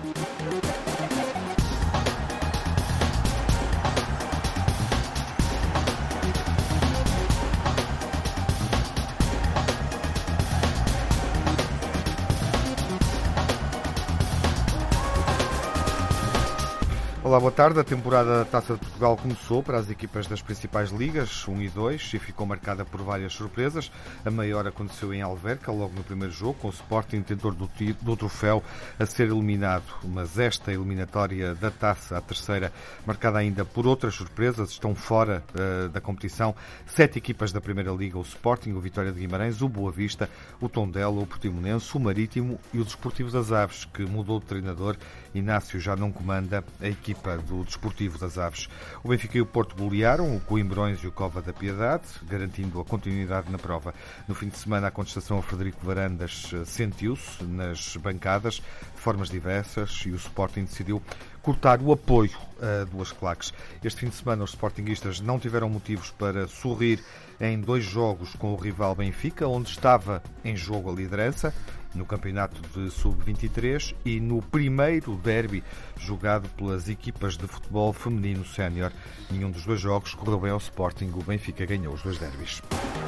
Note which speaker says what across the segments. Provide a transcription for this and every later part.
Speaker 1: Olá, boa tarde. A temporada da Taça de Portugal começou para as equipas das principais ligas, 1 e 2, e ficou marcada por várias surpresas. A maior aconteceu em Alverca, logo no primeiro jogo, com o Sporting detentor do troféu a ser eliminado. Mas esta eliminatória da Taça, a terceira, marcada ainda por outras surpresas, estão fora da competição 7 equipas da Primeira Liga: o Sporting, o Vitória de Guimarães, o Boa Vista, o Tondela, o Portimonense, o Marítimo e o Desportivo das Aves, que mudou de treinador. Inácio já não comanda a equipa do Desportivo das Aves. O Benfica e o Porto golearam o Coimbrões e o Cova da Piedade, garantindo a continuidade na prova. No fim de semana, a contestação a Frederico Varandas sentiu-se nas bancadas, de formas diversas, e o Sporting decidiu cortar o apoio a duas claques. Este fim de semana, os sportinguistas não tiveram motivos para sorrir em 2 jogos com o rival Benfica, onde estava em jogo a liderança, no campeonato de sub-23 e no primeiro derby jogado pelas equipas de futebol feminino sénior. Nenhum dos 2 jogos correu bem ao Sporting. O Benfica ganhou os 2 derbys.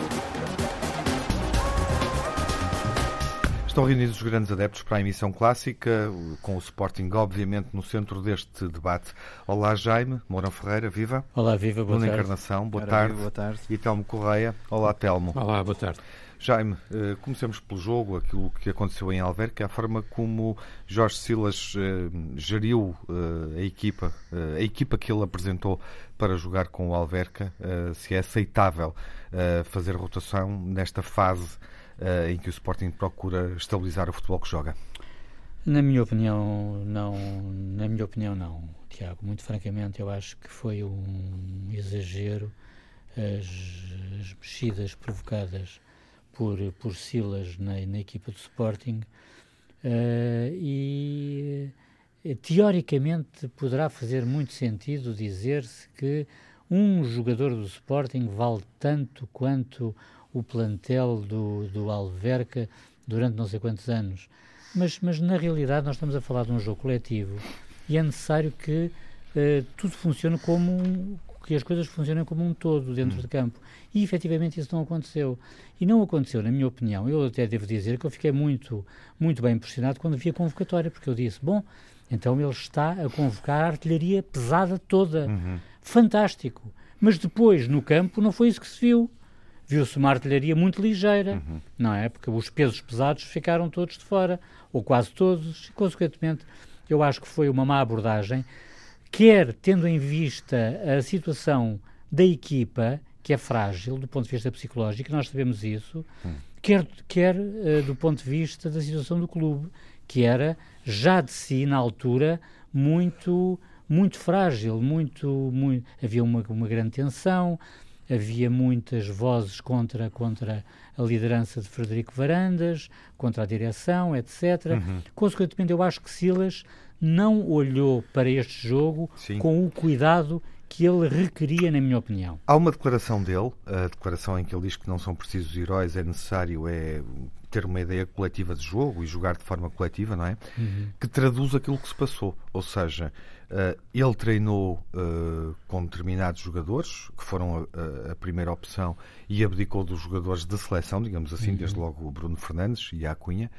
Speaker 1: Estão reunidos os grandes adeptos para a emissão clássica, com o Sporting, obviamente, no centro deste debate. Olá, Jaime Mourão Ferreira, viva.
Speaker 2: Olá, viva, boa tarde.
Speaker 1: Nuno Encarnação, boa tarde.
Speaker 3: Boa tarde.
Speaker 1: E Telmo Correia. Olá, Telmo.
Speaker 4: Olá, boa tarde.
Speaker 1: Jaime, comecemos pelo jogo, aquilo que aconteceu em Alverca, a forma como Jorge Silas geriu a equipa que ele apresentou para jogar com o Alverca, se é aceitável fazer rotação nesta fase em que o Sporting procura estabilizar o futebol que joga.
Speaker 2: Na minha opinião, não, Tiago. Muito francamente, eu acho que foi um exagero as mexidas provocadas por Silas na equipa do Sporting, e teoricamente poderá fazer muito sentido dizer-se que um jogador do Sporting vale tanto quanto o plantel do Alverca durante não sei quantos anos, mas na realidade nós estamos a falar de um jogo coletivo e é necessário que tudo funcione que as coisas funcionem como um todo dentro de campo. E, efetivamente, isso não aconteceu. E não aconteceu, na minha opinião. Eu até devo dizer que eu fiquei muito, muito bem impressionado quando vi a convocatória, porque eu disse, bom, então ele está a convocar a artilharia pesada toda. Fantástico. Mas depois, no campo, não foi isso que se viu. Viu-se uma artilharia muito ligeira, não é? Porque os pesos pesados ficaram todos de fora, ou quase todos, e, consequentemente, eu acho que foi uma má abordagem, quer tendo em vista a situação da equipa, que é frágil do ponto de vista psicológico, nós sabemos isso, quer do ponto de vista da situação do clube, que era já de si, na altura, muito, muito frágil, havia uma grande tensão, havia muitas vozes contra a liderança de Frederico Varandas, contra a direção, etc. Consequentemente, eu acho que Silas não olhou para este jogo com o cuidado que ele requeria, na minha opinião.
Speaker 1: Há uma declaração dele, a declaração em que ele diz que não são precisos heróis, é necessário ter uma ideia coletiva de jogo e jogar de forma coletiva, não é? Que traduz aquilo que se passou. Ou seja, ele treinou com determinados jogadores, que foram a primeira opção, e abdicou dos jogadores de seleção, digamos assim, desde logo o Bruno Fernandes e a Acunha.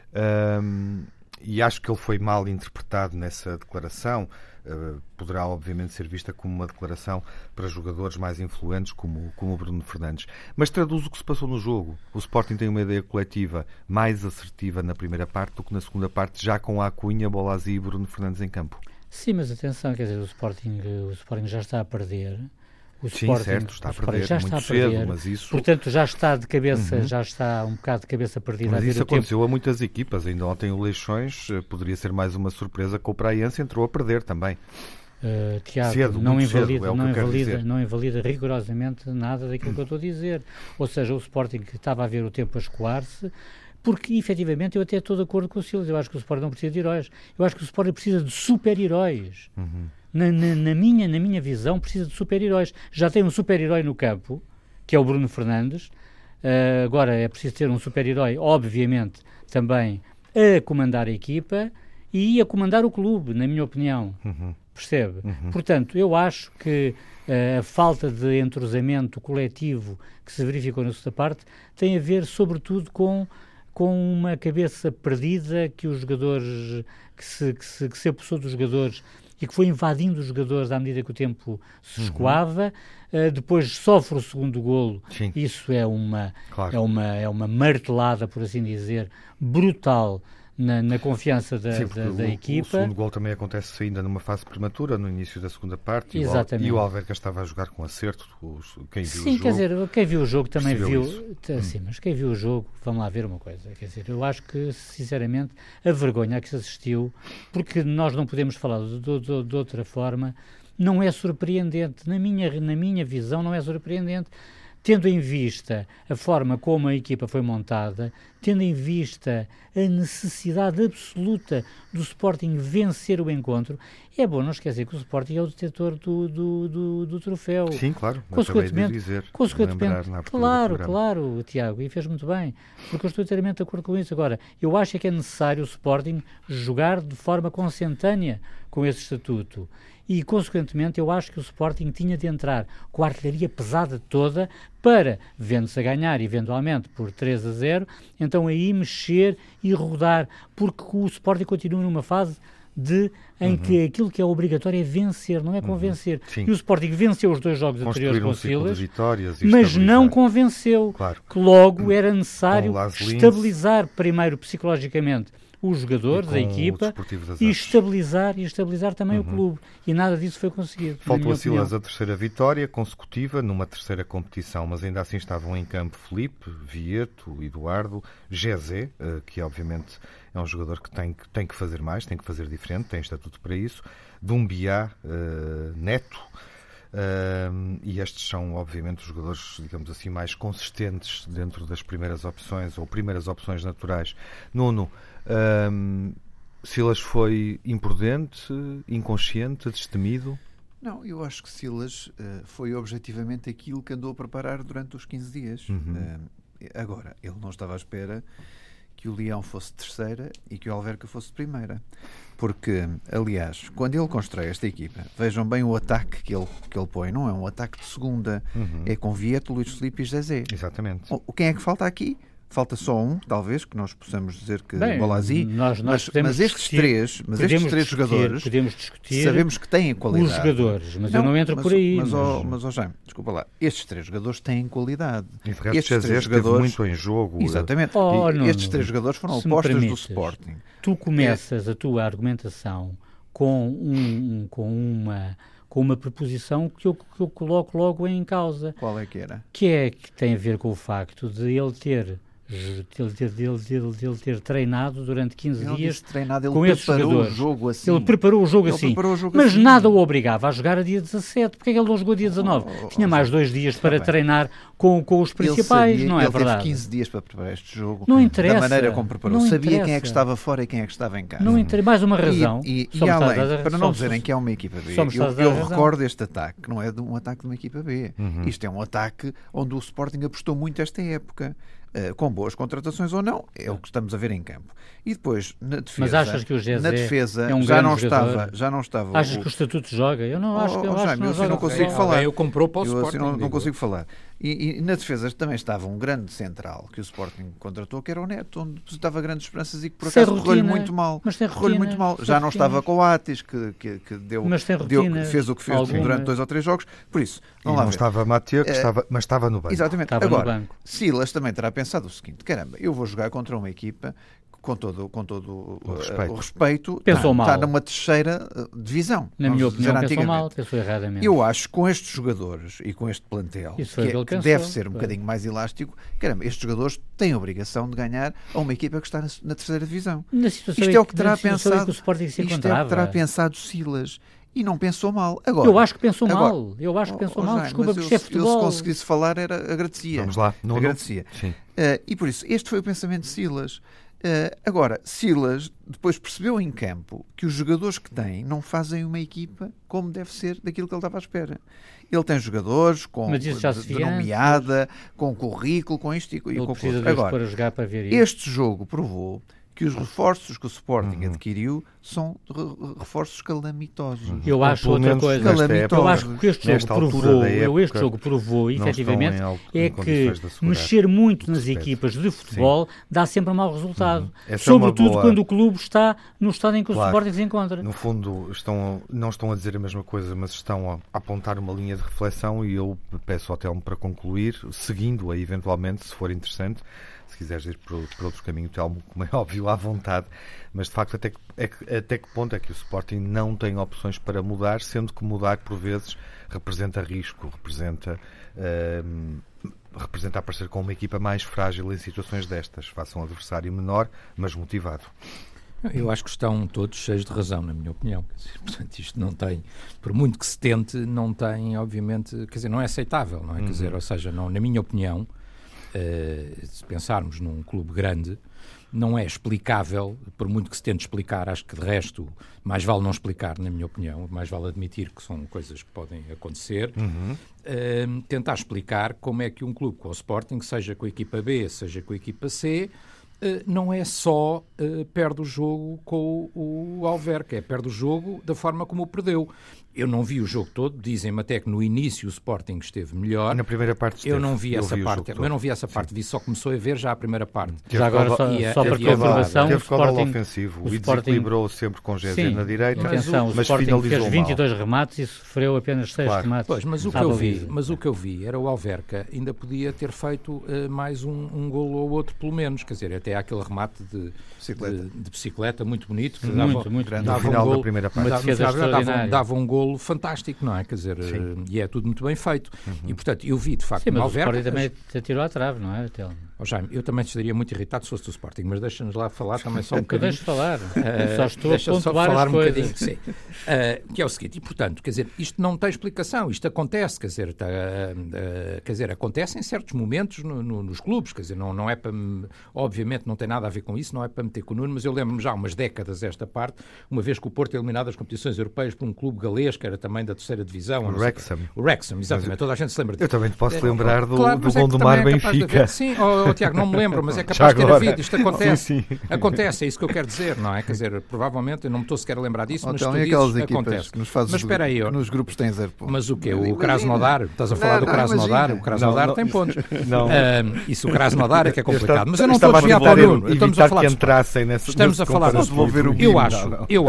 Speaker 1: E acho que ele foi mal interpretado nessa declaração. Poderá, obviamente, ser vista como uma declaração para jogadores mais influentes, como o Bruno Fernandes. Mas traduz o que se passou no jogo. O Sporting tem uma ideia coletiva mais assertiva na primeira parte do que na segunda parte, já com a Acunha, Bolazzi e Bruno Fernandes em campo.
Speaker 2: Sim, mas atenção, quer dizer, o Sporting já está a perder.
Speaker 1: Sim, certo, está a perder muito cedo, mas isso...
Speaker 2: Portanto, já está de cabeça, já está um bocado de cabeça perdida.
Speaker 1: Mas isso aconteceu a muitas equipas. Ainda ontem o Leixões poderia ser mais uma surpresa, que o Praense entrou a perder também.
Speaker 2: Tiago,
Speaker 1: cedo,
Speaker 2: não
Speaker 1: invalida
Speaker 2: rigorosamente nada daquilo que eu estou a dizer. Ou seja, o Sporting estava a ver o tempo a escoar-se, porque, efetivamente, eu até estou de acordo com o Silas. Eu acho que o Sporting não precisa de heróis. Eu acho que o Sporting precisa de super-heróis. Na minha visão, precisa de super-heróis. Já tem um super-herói no campo, que é o Bruno Fernandes. Agora é preciso ter um super-herói, obviamente, também a comandar a equipa. e ia comandar o clube, na minha opinião. Percebe? Portanto, eu acho que a falta de entrosamento coletivo que se verificou na segunda parte tem a ver, sobretudo, com uma cabeça perdida que os jogadores, que se apossou dos jogadores e que foi invadindo os jogadores à medida que o tempo se escoava. Depois sofre o segundo golo.
Speaker 1: Sim.
Speaker 2: Isso é uma martelada, por assim dizer, brutal na confiança da equipa.
Speaker 1: O segundo gol também acontece ainda numa fase prematura, no início da segunda parte.
Speaker 2: Exatamente.
Speaker 1: E o Alverca estava a jogar com acerto. Quem viu o
Speaker 2: Sim,
Speaker 1: jogo,
Speaker 2: quer dizer, quem viu o jogo também viu.
Speaker 1: Sim,
Speaker 2: mas quem viu o jogo, vamos lá ver uma coisa. Quer dizer, eu acho que, sinceramente, a vergonha a que se assistiu, porque nós não podemos falar de outra forma, não é surpreendente. Na minha visão, não é surpreendente. Tendo em vista a forma como a equipa foi montada, tendo em vista a necessidade absoluta do Sporting vencer o encontro, é bom não esquecer que o Sporting é o detentor do troféu.
Speaker 1: Sim, claro.
Speaker 2: Consequentemente, claro, Tiago, e fez muito bem, porque eu estou inteiramente de acordo com isso. Agora, eu acho que é necessário o Sporting jogar de forma consentânea com esse estatuto. E, consequentemente, eu acho que o Sporting tinha de entrar com a artilharia pesada toda para, vendo-se a ganhar, eventualmente, por 3-0, então aí mexer e rodar, porque o Sporting continua numa fase em que aquilo que é obrigatório é vencer, não é convencer.
Speaker 1: Sim.
Speaker 2: E o Sporting venceu os 2 jogos anteriores com o Silas,
Speaker 1: vitórias e
Speaker 2: mas não convenceu.
Speaker 1: Claro.
Speaker 2: Que logo era necessário estabilizar primeiro psicologicamente os jogadores, a equipa, e estabilizar também o clube. E nada disso foi conseguido.
Speaker 1: Faltou a Silas a terceira vitória consecutiva numa terceira competição, mas ainda assim estavam em campo Filipe, Vieto, Eduardo, Jezé, que obviamente é um jogador que tem que fazer mais, tem que fazer diferente, tem estatuto para isso, Dumbiá, Neto, e estes são obviamente os jogadores, digamos assim, mais consistentes dentro das primeiras opções ou primeiras opções naturais. Nuno, Silas foi imprudente, inconsciente, destemido?
Speaker 3: Não, eu acho que Silas foi objetivamente aquilo que andou a preparar durante os 15 dias. Agora, ele não estava à espera que o Leão fosse terceira e que o Alverca fosse primeira. Porque, aliás, quando ele constrói esta equipa, vejam bem o ataque que ele põe. Não é um ataque de segunda. É com Vieto, Luís Filipe e Jezé.
Speaker 1: Exatamente.
Speaker 3: Quem é que falta aqui? Falta só um, talvez, que nós possamos dizer que Bolazi. Mas estes três jogadores sabemos que têm qualidade.
Speaker 2: Os jogadores, mas eu não entro por aí.
Speaker 3: Mas Jaime, desculpa lá, estes três jogadores têm qualidade.
Speaker 1: E de resto, estes três jogadores esteve muito em jogo.
Speaker 3: Exatamente. Estes três jogadores foram opostos do Sporting.
Speaker 2: Tu começas a tua argumentação com uma preposição que eu coloco logo em causa.
Speaker 3: Qual é que era?
Speaker 2: Que tem a ver com o facto de ele ter treinado durante 15 dias com esses jogadores. Ele preparou o jogo assim, mas nada o obrigava a jogar a dia 17. Porque é que ele não jogou a dia 19? Tinha mais 2 dias para treinar com os principais, não é verdade?
Speaker 3: Ele teve 15 dias para preparar este jogo.
Speaker 2: Não interessa.
Speaker 3: Da maneira como preparou. Sabia quem é que estava fora e quem é que estava em casa.
Speaker 2: Não interessa. Mais uma razão.
Speaker 3: E além, para não dizerem que é uma equipa B, eu recordo este ataque, que não é um ataque de uma equipa B. Isto é um ataque onde o Sporting apostou muito esta época. Com boas contratações ou não, é o que estamos a ver em campo. E depois, na defesa...
Speaker 2: Mas achas que o Jezé
Speaker 3: é um já não estava...
Speaker 2: Achas que o Estatuto joga? Eu não acho que
Speaker 3: eu não consigo falar.
Speaker 4: Eu comprou para o Sporting.
Speaker 3: Não consigo falar. E na defesa também estava um grande central que o Sporting contratou, que era o Neto, onde depositava grandes esperanças e que por acaso correu-lhe muito mal. Já não estava com o Atis, que fez o que fez durante 2 ou 3 jogos. Por isso,
Speaker 1: não estava Mateu, mas estava no banco.
Speaker 3: Exatamente. Agora, Silas também terá pensado o seguinte: caramba, eu vou jogar contra uma equipa com todo o respeito, está numa terceira divisão.
Speaker 2: Na minha opinião, pensou erradamente.
Speaker 3: Eu acho que com estes jogadores e com este plantel, que deve ser um bocadinho mais elástico, caramba, estes jogadores têm a obrigação de ganhar a uma equipa que está na terceira divisão. Isto é o que terá pensado. Isto é o que terá pensado Silas. E não pensou mal. Agora,
Speaker 2: eu acho que pensou mal. Desculpa, porque isto é futebol.
Speaker 3: Eu, se conseguisse falar, agradecia.
Speaker 1: Vamos lá.
Speaker 3: Agradecia. E por isso, este foi o pensamento de Silas. Agora, Silas depois percebeu em campo que os jogadores que tem não fazem uma equipa como deve ser daquilo que ele estava à espera. Ele tem jogadores de nomeada, com currículo, com isto e com aquilo.
Speaker 2: Agora, para jogar para ver isso.
Speaker 3: Este jogo provou que os reforços que o Sporting adquiriu são reforços calamitosos.
Speaker 2: Eu acho outra coisa. Eu acho que este jogo provou, efetivamente, é que mexer muito nas equipas de futebol dá sempre um mau resultado. Sobretudo quando o clube está no estado em que o Sporting se encontra.
Speaker 1: No fundo, não estão a dizer a mesma coisa, mas estão a apontar uma linha de reflexão, e eu peço ao Telmo para concluir, seguindo-a eventualmente, se for interessante. Se quiseres ir por outro caminho, Telmo, como é óbvio, à vontade. Mas, de facto, até que ponto é que o Sporting não tem opções para mudar, sendo que mudar, por vezes, representa risco, representa aparecer com uma equipa mais frágil em situações destas, face a um adversário menor, mas motivado.
Speaker 4: Eu acho que estão todos cheios de razão, na minha opinião. Portanto, isto não tem, por muito que se tente, não tem, obviamente, quer dizer, não é aceitável, não é? Quer dizer, ou seja, não, na minha opinião, se pensarmos num clube grande, não é explicável, por muito que se tente explicar, acho que de resto mais vale não explicar, na minha opinião, mais vale admitir que são coisas que podem acontecer, tentar explicar como é que um clube com o Sporting, seja com a equipa B, seja com a equipa C, não é só perde o jogo com o Alverca, perde o jogo da forma como o perdeu. Eu não vi o jogo todo, dizem-me até que no início o Sporting esteve melhor.
Speaker 1: Na primeira parte esteve.
Speaker 4: Eu não vi essa parte, eu não vi essa parte, vi só começou a ver já a primeira parte.
Speaker 2: Já agora só para confirmação,
Speaker 1: teve caudal ofensivo e desequilibrou sempre com GZ na direita,
Speaker 2: atenção,
Speaker 1: mas
Speaker 2: o Sporting
Speaker 1: finalizou
Speaker 2: fez 22 remates e sofreu apenas 6 remates.
Speaker 4: Pois, mas o que eu vi era o Alverca ainda podia ter feito mais um golo ou outro pelo menos, quer dizer, até aquele remate de bicicleta muito bonito, que
Speaker 2: muito grande.
Speaker 1: No final da primeira parte.
Speaker 4: Dava um golo fantástico, não é? Quer dizer, e é tudo muito bem feito. E, portanto, eu vi, de facto,
Speaker 2: o Sporting também te atirou à trave, não é, Telmo?
Speaker 4: Jaime, eu também estaria muito irritado se fosse do Sporting, mas deixa-nos lá falar também só um bocadinho.
Speaker 2: Deixa falar. Só estou a
Speaker 4: pontuar
Speaker 2: só falar
Speaker 4: um bocadinho, sim. Que é o seguinte, e, portanto, quer dizer, isto não tem explicação, isto acontece, quer dizer, acontece em certos momentos nos clubes, quer dizer, não é para, obviamente não tem nada a ver com isso, não é para meter com o Nuno, mas eu lembro-me já há umas décadas esta parte, uma vez que o Porto é eliminado das competições europeias por um clube galês, que era também da terceira divisão.
Speaker 1: O
Speaker 4: Wrexham, exatamente, toda a gente se lembra disso.
Speaker 1: Eu também te posso lembrar do Gondomar Benfica.
Speaker 4: Sim, Tiago, não me lembro, mas é capaz de ter havido, isto acontece. Sim. Acontece, é isso que eu quero dizer, não é? Quer dizer, provavelmente, eu não me estou sequer a lembrar disso, mas tu dizes, acontece.
Speaker 3: Que nos fazes
Speaker 4: mas espera aí,
Speaker 3: nos grupos têm 0 pontos.
Speaker 4: Mas o quê? O Krasnodar? Estás a falar do Krasnodar? O Krasnodar tem pontos. Isso, o Krasnodar é que é complicado. Mas eu não estou a desviar para o Nuno. Estamos a falar estamos a falar do eu acho,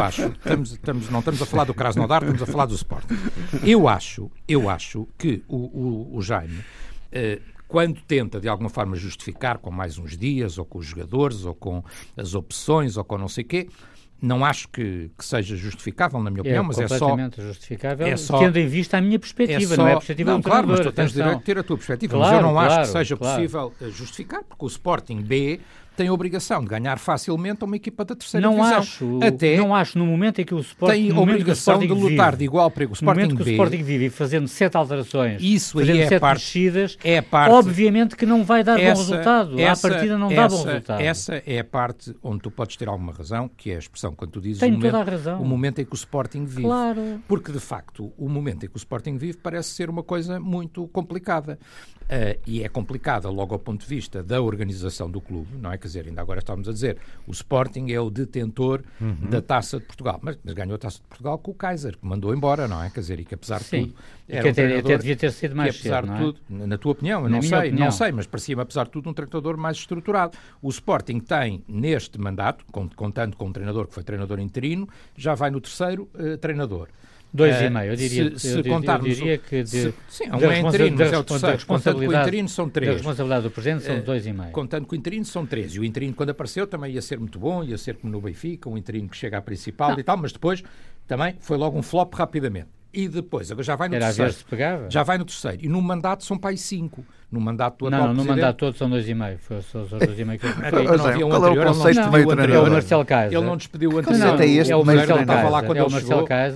Speaker 4: não estamos a falar do Krasnodar, estamos a falar do Sporting. Eu acho que o Jaime, quando tenta de alguma forma justificar com mais uns dias, ou com os jogadores, ou com as opções, ou com não sei o quê, não acho que seja justificável, na minha opinião, mas é só...
Speaker 2: completamente justificável, tendo em vista a minha perspectiva, não é a perspectiva do
Speaker 4: claro,
Speaker 2: treinador.
Speaker 4: Mas tu tens direito de ter a tua perspectiva, mas eu não acho que seja possível justificar, porque o Sporting B tem a obrigação de ganhar facilmente a uma equipa da terceira divisão.
Speaker 2: Não acho, no momento em que o Sporting...
Speaker 4: Tem a obrigação de lutar de igual para o Sporting B.
Speaker 2: No momento que o Sporting vive fazendo 7 alterações,
Speaker 4: isso
Speaker 2: fazendo
Speaker 4: aí
Speaker 2: 7 mexidas, obviamente que não vai dar bom resultado. À partida não dá bom resultado.
Speaker 4: Essa é a parte onde tu podes ter alguma razão, que é a expressão quando tu dizes
Speaker 2: o
Speaker 4: momento em que o Sporting vive.
Speaker 2: Claro.
Speaker 4: Porque, de facto, o momento em que o Sporting vive parece ser uma coisa muito complicada. E é complicada logo ao ponto de vista da organização do clube, não é? Quer dizer, ainda agora estamos a dizer, o Sporting é o detentor da Taça de Portugal, mas ganhou a Taça de Portugal com o Kaiser, que mandou embora, não é? Quer dizer, e que apesar de tudo...
Speaker 2: Era até devia ter sido mais
Speaker 4: cedo, apesar de tudo, na tua opinião, eu não sei, mas parecia-me, apesar de tudo, um treinador mais estruturado. O Sporting tem, neste mandato, contando com um treinador que foi treinador interino, já vai no terceiro treinador.
Speaker 2: 2,5, eu diria que
Speaker 4: um é interino, mas é o terceiro. Contando com o interino são 3.
Speaker 2: A responsabilidade do presidente são 2,5.
Speaker 4: Contando com o interino são 3. E o interino, quando apareceu, também ia ser muito bom, ia ser como no Benfica, um interino que chega à principal e tal, mas depois também foi logo um flop rapidamente. E depois, agora já vai no terceiro. Já vai no terceiro. E no mandato são para aí 5. No mandato do atual presidente...
Speaker 2: no mandato todo são 2,5. Foi só os 2,5 que eu fui.
Speaker 3: Não havia um anterior,
Speaker 2: é o Marcelo Kaiser.
Speaker 4: Ele não despediu o anterior.
Speaker 2: É o Marcelo Kaiser.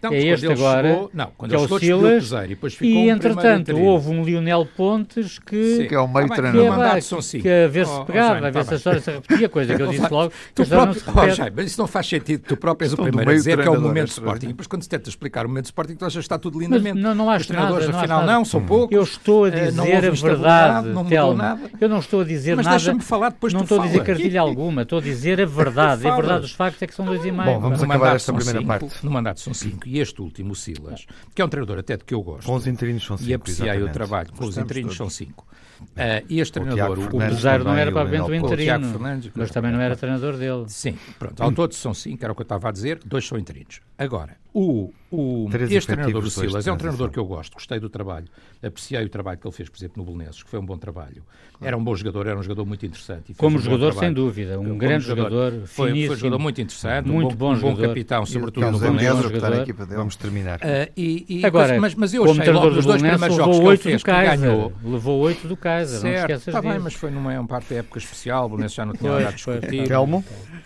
Speaker 4: Então,
Speaker 2: é este agora,
Speaker 4: quando
Speaker 2: que é
Speaker 4: ele
Speaker 2: o
Speaker 4: chegou,
Speaker 2: Silas,
Speaker 4: o Cruzeiro, e depois ficou
Speaker 2: e entretanto houve um Lionel Pontes que
Speaker 3: é o meio
Speaker 2: que,
Speaker 3: treinador.
Speaker 2: que a ver se pegava, a ver se a história se repetia, coisa que eu disse logo, que a história não se repete.
Speaker 4: Mas isso não faz sentido, tu próprio és o primeiro a dizer que é o momento de Sporting, e depois quando se tenta explicar o momento de Sporting, tu achas que está tudo lindamente.
Speaker 2: Mas não acho
Speaker 4: os treinadores,
Speaker 2: nada,
Speaker 4: afinal, não, são poucos.
Speaker 2: Eu estou a dizer a verdade, Telmo. Eu não estou a dizer
Speaker 4: mas
Speaker 2: nada.
Speaker 4: Mas deixa-me falar, depois
Speaker 2: não
Speaker 4: tu
Speaker 2: estou a dizer
Speaker 4: fala.
Speaker 2: cartilha alguma, estou a dizer a verdade. A verdade dos factos é que são 2,5.
Speaker 1: Bom, vamos acabar esta primeira parte.
Speaker 4: No mandato são 5. E este último, o Silas, que é um treinador até de que eu gosto.
Speaker 1: Com os interinos são 5.
Speaker 4: E apreciei o trabalho. Com os interinos são 5. E este treinador,
Speaker 2: o Cruzeiro não era propriamente o interino, mas também não era treinador dele.
Speaker 4: Sim, pronto. Ao todo são 5, era o que eu estava a dizer, 2 são interinos. Agora, este treinador, o Silas, é um treinador que eu gosto, gostei do trabalho, apreciei o trabalho que ele fez, por exemplo, no Belenenses, que foi um bom trabalho. Era um bom jogador, era um jogador muito interessante.
Speaker 2: Como jogador, sem dúvida, um grande jogador,
Speaker 4: foi um jogador muito interessante,
Speaker 2: muito bom jogador,
Speaker 4: capitão, sobretudo no
Speaker 3: Belenenses.
Speaker 1: Vamos terminar.
Speaker 4: Agora, mas eu achei logo nos 2 primeiros jogos que ele fez, que ganhou.
Speaker 2: Levou 8 do Kaiser, não esqueças disso.
Speaker 4: Está bem, mas foi numa parte da época especial, o Belenenses já não tinha nada a discutir.
Speaker 1: Telmo?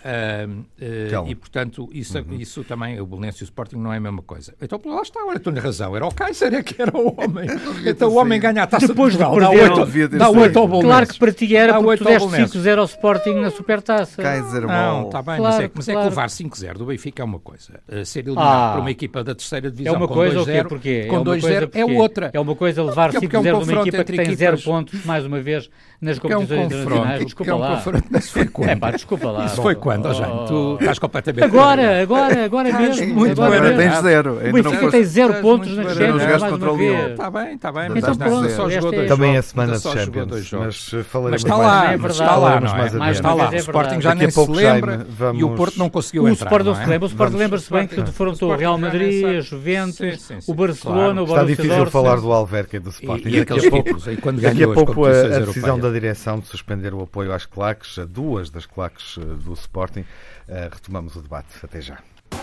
Speaker 4: E, portanto, isso também, o Belenenses e o Sporting não é a mesma coisa. Então, lá está, olha, estou na razão, era o Kaiser, é que era o homem. Então, o homem ganha a taça
Speaker 2: depois
Speaker 4: de Portugal, dá 8 ao Belenenses.
Speaker 2: Claro que para ti era, porque tu deste 5-0 ao Sporting na Supertaça.
Speaker 3: Kaiser,
Speaker 4: não, está bem,
Speaker 2: claro,
Speaker 4: mas é que levar 5-0 do Benfica é uma coisa. Ser eliminado por uma equipa da terceira divisão
Speaker 2: é uma coisa,
Speaker 4: com 2-0, com 2-0 é outra.
Speaker 2: É uma coisa levar 5-0 de uma equipa que tem 0 pontos, mais uma vez, nas competições internacionais. Desculpa lá.
Speaker 4: Mas foi quando?
Speaker 2: Desculpa lá.
Speaker 4: Isso foi quando, Jaime? Tu estás completamente...
Speaker 2: Agora mesmo.
Speaker 3: Muito agora tens 0.
Speaker 2: O Benfica tem 0 pontos nas Champions, mais uma vez.
Speaker 4: Está bem.
Speaker 2: Então pronto,
Speaker 4: só jogou 2 jogos.
Speaker 1: Também é semana de Champions, mas falaremos
Speaker 4: está lá,
Speaker 2: é verdade.
Speaker 4: Está lá, não
Speaker 1: mais
Speaker 4: é? Mas está lá. O Sporting já nem se lembra e o Porto não conseguiu entrar.
Speaker 2: O Sporting lembra-se bem que defrontou o Real Madrid, a Juventus, o Barcelona, o Borussia Dortmund.
Speaker 1: Está difícil falar do Alverca e do Sporting.
Speaker 4: E aqueles poucos. E quando
Speaker 1: daqui a
Speaker 4: ganhou
Speaker 1: pouco a decisão da direção de suspender o apoio às claques, a 2 das claques do Sporting. Retomamos o debate. Até já.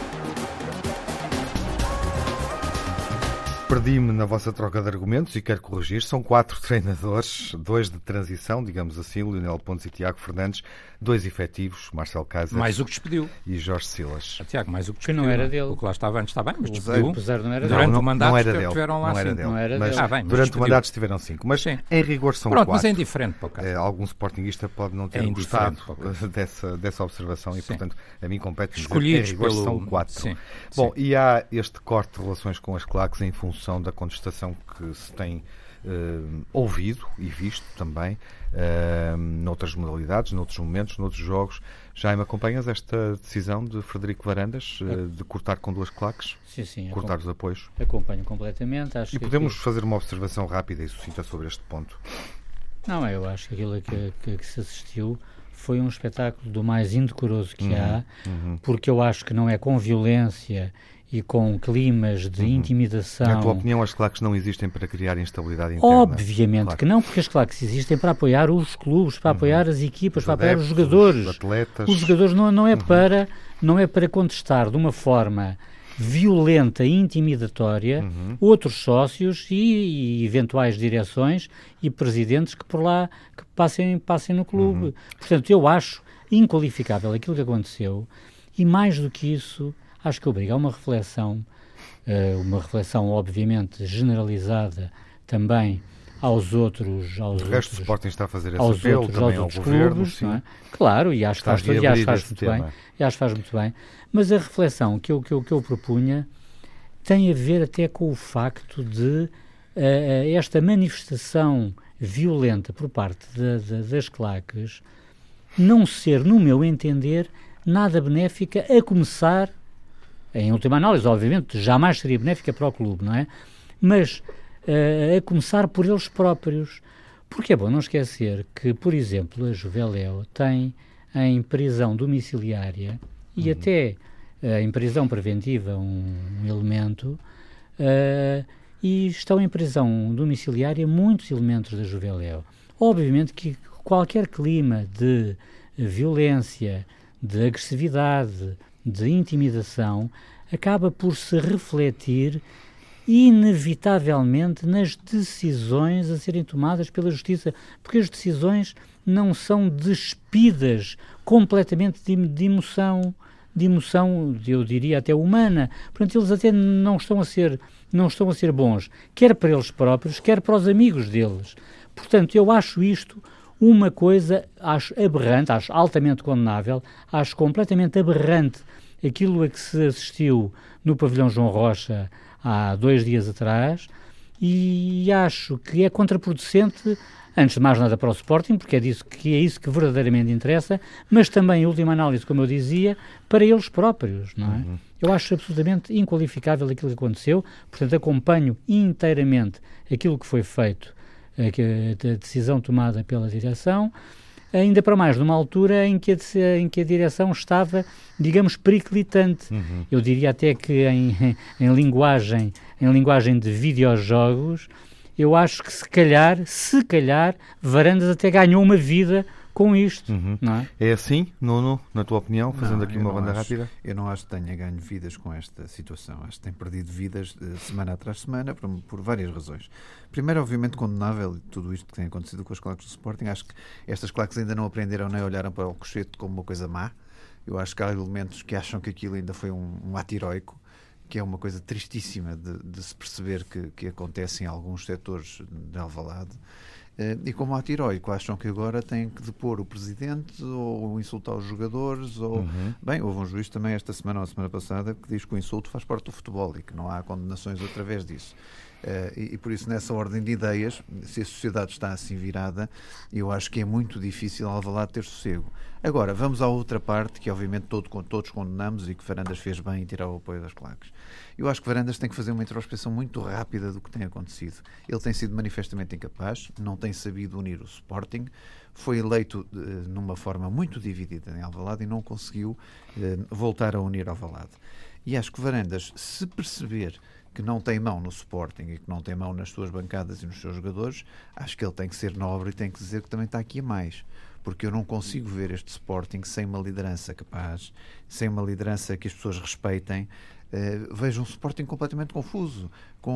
Speaker 1: Perdi-me na vossa troca de argumentos e quero corrigir. São 4 treinadores, 2 de transição, digamos assim, Lionel Pontes e Tiago Fernandes, 2 efetivos, Marcelo Kaiser
Speaker 4: mais o que despediu.
Speaker 1: E Jorge Silas.
Speaker 4: Tiago, mais o que despediu.
Speaker 2: Que não era dele.
Speaker 4: O que lá estava antes está bem, mas despediu.
Speaker 2: Não era
Speaker 4: durante
Speaker 2: dele.
Speaker 4: o mandato
Speaker 1: não era dele.
Speaker 4: Estiveram lá 5.
Speaker 2: Não era
Speaker 1: mas
Speaker 2: dele.
Speaker 1: durante o mandato estiveram 5. Mas sim, em rigor são 4.
Speaker 4: Mas é indiferente para o caso.
Speaker 1: Algum sportinguista pode não ter gostado dessa observação e, portanto, a mim compete dizer que em rigor são 4. Bom, e há este corte de relações com as claques em função da contestação que se tem ouvido e visto também noutras modalidades, noutros momentos, noutros jogos. Jaime, acompanhas esta decisão de Frederico Varandas de cortar com 2 claques?
Speaker 2: Sim.
Speaker 1: Cortar os apoios?
Speaker 2: Acompanho completamente.
Speaker 1: E podemos fazer uma observação rápida e sucinta sobre este ponto?
Speaker 2: Não, eu acho que aquilo que se assistiu foi um espetáculo do mais indecoroso que há, porque eu acho que não é com violência e com climas de intimidação.
Speaker 1: Na tua opinião, as claques não existem para criar instabilidade interna?
Speaker 2: Obviamente que não, porque as claques existem para apoiar os clubes, para apoiar as equipas, para apoiar os jogadores.
Speaker 1: Os atletas.
Speaker 2: Os jogadores não é para contestar de uma forma violenta e intimidatória outros sócios e eventuais direções e presidentes que por lá que passem no clube. Portanto, eu acho inqualificável aquilo que aconteceu e, mais do que isso, acho que obriga a uma reflexão obviamente generalizada também aos outros.
Speaker 1: O resto do Sporting está a fazer esse apelo também ao governo.
Speaker 2: Clubes, não é? Claro, e acho que faz muito bem. Mas a reflexão que eu propunha tem a ver até com o facto de esta manifestação violenta por parte das claques não ser, no meu entender, nada benéfica, a começar, em última análise, obviamente, jamais seria benéfica para o clube, não é? Mas a começar por eles próprios. Porque é bom não esquecer que, por exemplo, a Juveléu tem em prisão domiciliária e até em prisão preventiva um elemento, e estão em prisão domiciliária muitos elementos da Juveléu. Obviamente que qualquer clima de violência, de agressividade, de intimidação, acaba por se refletir inevitavelmente nas decisões a serem tomadas pela Justiça, porque as decisões não são despidas completamente de emoção, de emoção, eu diria até humana. Portanto, eles até não estão a ser bons, quer para eles próprios, quer para os amigos deles. Portanto, eu acho isto uma coisa, acho aberrante, acho altamente condenável, acho completamente aberrante aquilo a que se assistiu no pavilhão João Rocha há 2 dias atrás, e acho que é contraproducente, antes de mais nada, para o Sporting, porque é isso que verdadeiramente interessa, mas também, em última análise, como eu dizia, para eles próprios, não é? Eu acho absolutamente inqualificável aquilo que aconteceu, portanto acompanho inteiramente aquilo que foi feito, a decisão tomada pela direção, ainda para mais numa altura em que a direção estava, digamos, periclitante. Eu diria até que em linguagem de videojogos, eu acho que se calhar, Varandas até ganhou uma vida com isto, não é?
Speaker 1: É assim, Nuno, na tua opinião, fazendo aqui uma banda rápida?
Speaker 3: Eu não acho que tenha ganho vidas com esta situação. Acho que tem perdido vidas semana atrás semana por várias razões. Primeiro, obviamente, condenável tudo isto que tem acontecido com as claques do Sporting. Acho que estas claques ainda não aprenderam nem olharam para o Cochete como uma coisa má. Eu acho que há elementos que acham que aquilo ainda foi um ato heroico, que é uma coisa tristíssima de se perceber que acontece em alguns setores de Alvalade. E como ato heroico, acham que agora têm que depor o presidente ou insultar os jogadores. Bem, houve um juiz também esta semana ou a semana passada que diz que o insulto faz parte do futebol e que não há condenações através disso. E por isso, nessa ordem de ideias, se a sociedade está assim virada, eu acho que é muito difícil Alvalade ter sossego. Agora, vamos à outra parte, que obviamente todos condenamos e que Varandas fez bem em tirar o apoio das claques. Eu acho que Varandas tem que fazer uma introspecção muito rápida do que tem acontecido. Ele tem sido manifestamente incapaz, não tem sabido unir o Sporting, foi eleito numa forma muito dividida em Alvalade e não conseguiu voltar a unir Alvalade. E acho que Varandas, se perceber que não tem mão no Sporting e que não tem mão nas suas bancadas e nos seus jogadores, acho que ele tem que ser nobre e tem que dizer que também está aqui a mais. Porque eu não consigo ver este Sporting sem uma liderança capaz, sem uma liderança que as pessoas respeitem. Vejo um Sporting completamente confuso,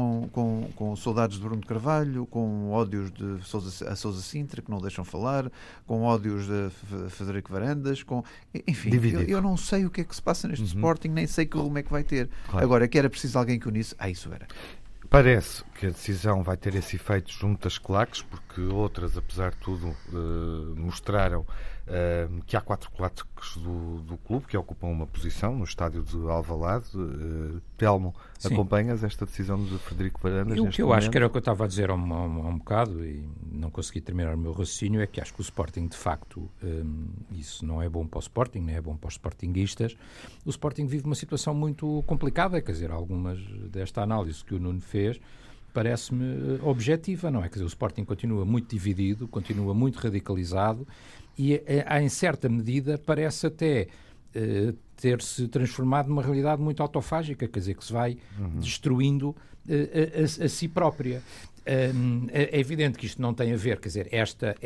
Speaker 3: com saudades de Bruno de Carvalho, com ódios de Sousa Sintra, que não deixam falar, com ódios de Frederico Varandas, enfim, eu não sei o que é que se passa neste Sporting, nem sei que rumo é que vai ter. Claro. Agora, que era preciso alguém que unisse, isso era.
Speaker 1: Parece que a decisão vai ter esse efeito junto das claques, porque outras, apesar de tudo, mostraram que há 4 claques do clube que ocupam uma posição no estádio de Alvalade. Telmo, sim, acompanhas esta decisão de Frederico Varandas?
Speaker 4: O que eu acho que era o que eu estava a dizer há um bocado, e não consegui terminar o meu raciocínio, é que acho que o Sporting, de facto, isso não é bom para o Sporting, nem é bom para os sportinguistas. O Sporting vive uma situação muito complicada, quer dizer, algumas desta análise que o Nuno fez parece-me objetiva, não é? Quer dizer, o Sporting continua muito dividido, continua muito radicalizado e, em certa medida, parece até ter-se transformado numa realidade muito autofágica, quer dizer, que se vai destruindo a si própria. É evidente que isto não tem a ver, quer dizer,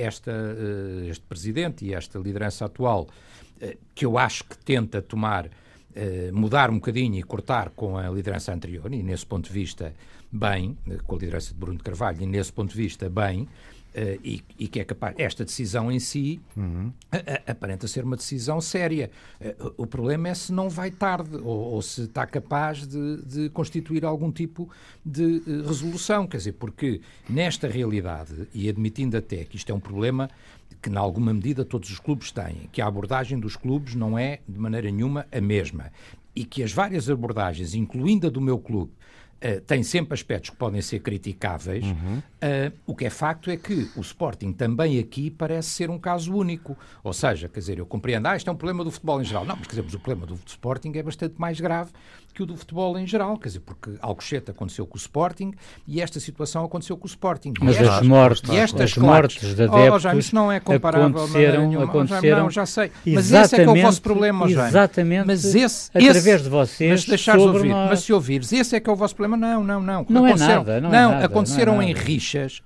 Speaker 4: este presidente e esta liderança atual, que eu acho que tenta mudar um bocadinho e cortar com a liderança anterior, e nesse ponto de vista, bem, com a liderança de Bruno de Carvalho, e nesse ponto de vista, bem, e que é capaz, esta decisão em si aparenta ser uma decisão séria. O problema é se não vai tarde ou se está capaz de constituir algum tipo de resolução, quer dizer, porque nesta realidade, e admitindo até que isto é um problema que, em alguma medida, todos os clubes têm, que a abordagem dos clubes não é, de maneira nenhuma, a mesma, e que as várias abordagens, incluindo a do meu clube, têm sempre aspectos que podem ser criticáveis. O que é facto é que o Sporting também aqui parece ser um caso único. Ou seja, quer dizer, eu compreendo, isto é um problema do futebol em geral. Não, mas quer dizer, mas o problema do Sporting é bastante mais grave que o do futebol em geral, quer dizer, porque Alcochete aconteceu com o Sporting e esta situação aconteceu com o Sporting.
Speaker 2: Mas as mortes de adeptos
Speaker 4: isso não é comparável.
Speaker 2: Aconteceram,
Speaker 4: não, já sei. Mas esse é que é o vosso problema,
Speaker 2: exatamente,
Speaker 4: mas
Speaker 2: através de vocês,
Speaker 4: mas deixares ouvir, mas se ouvires, esse é que é o vosso problema.
Speaker 2: Não é nada.
Speaker 4: Aconteceram em rixas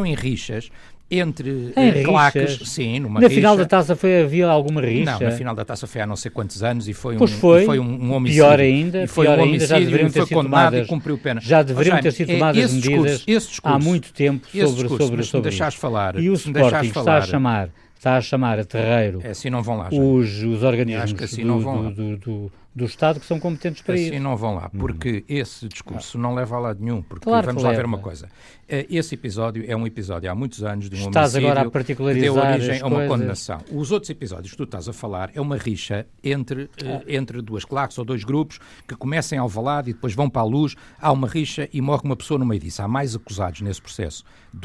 Speaker 4: entre claques, sim, numa
Speaker 2: rixa. Na
Speaker 4: rixa.
Speaker 2: final da taça havia alguma rixa?
Speaker 4: Não, na final da taça foi há não sei quantos anos e foi um homicídio.
Speaker 2: Pior ainda,
Speaker 4: já deveriam ter sido tomadas, e cumpriu pena.
Speaker 2: Já deveriam ter sido tomadas medidas há muito tempo sobre
Speaker 4: deixares falar.
Speaker 2: E o Sporting está está a chamar a terreiro
Speaker 4: assim não vão lá,
Speaker 2: os organismos
Speaker 4: assim não vão lá.
Speaker 2: Do Estado que são competentes para isso.
Speaker 4: Assim não vão lá, porque esse discurso não leva a lado nenhum, porque vamos lá ver uma coisa. Esse episódio é um episódio há muitos anos de um homicídio
Speaker 2: agora a particularizar
Speaker 4: que deu origem a uma
Speaker 2: coisas.
Speaker 4: condenação. Os outros episódios que tu estás a falar é uma rixa entre duas claques ou dois grupos que começam em Alvalade e depois vão para a Luz, há uma rixa e morre uma pessoa no meio disso. Há mais acusados nesse processo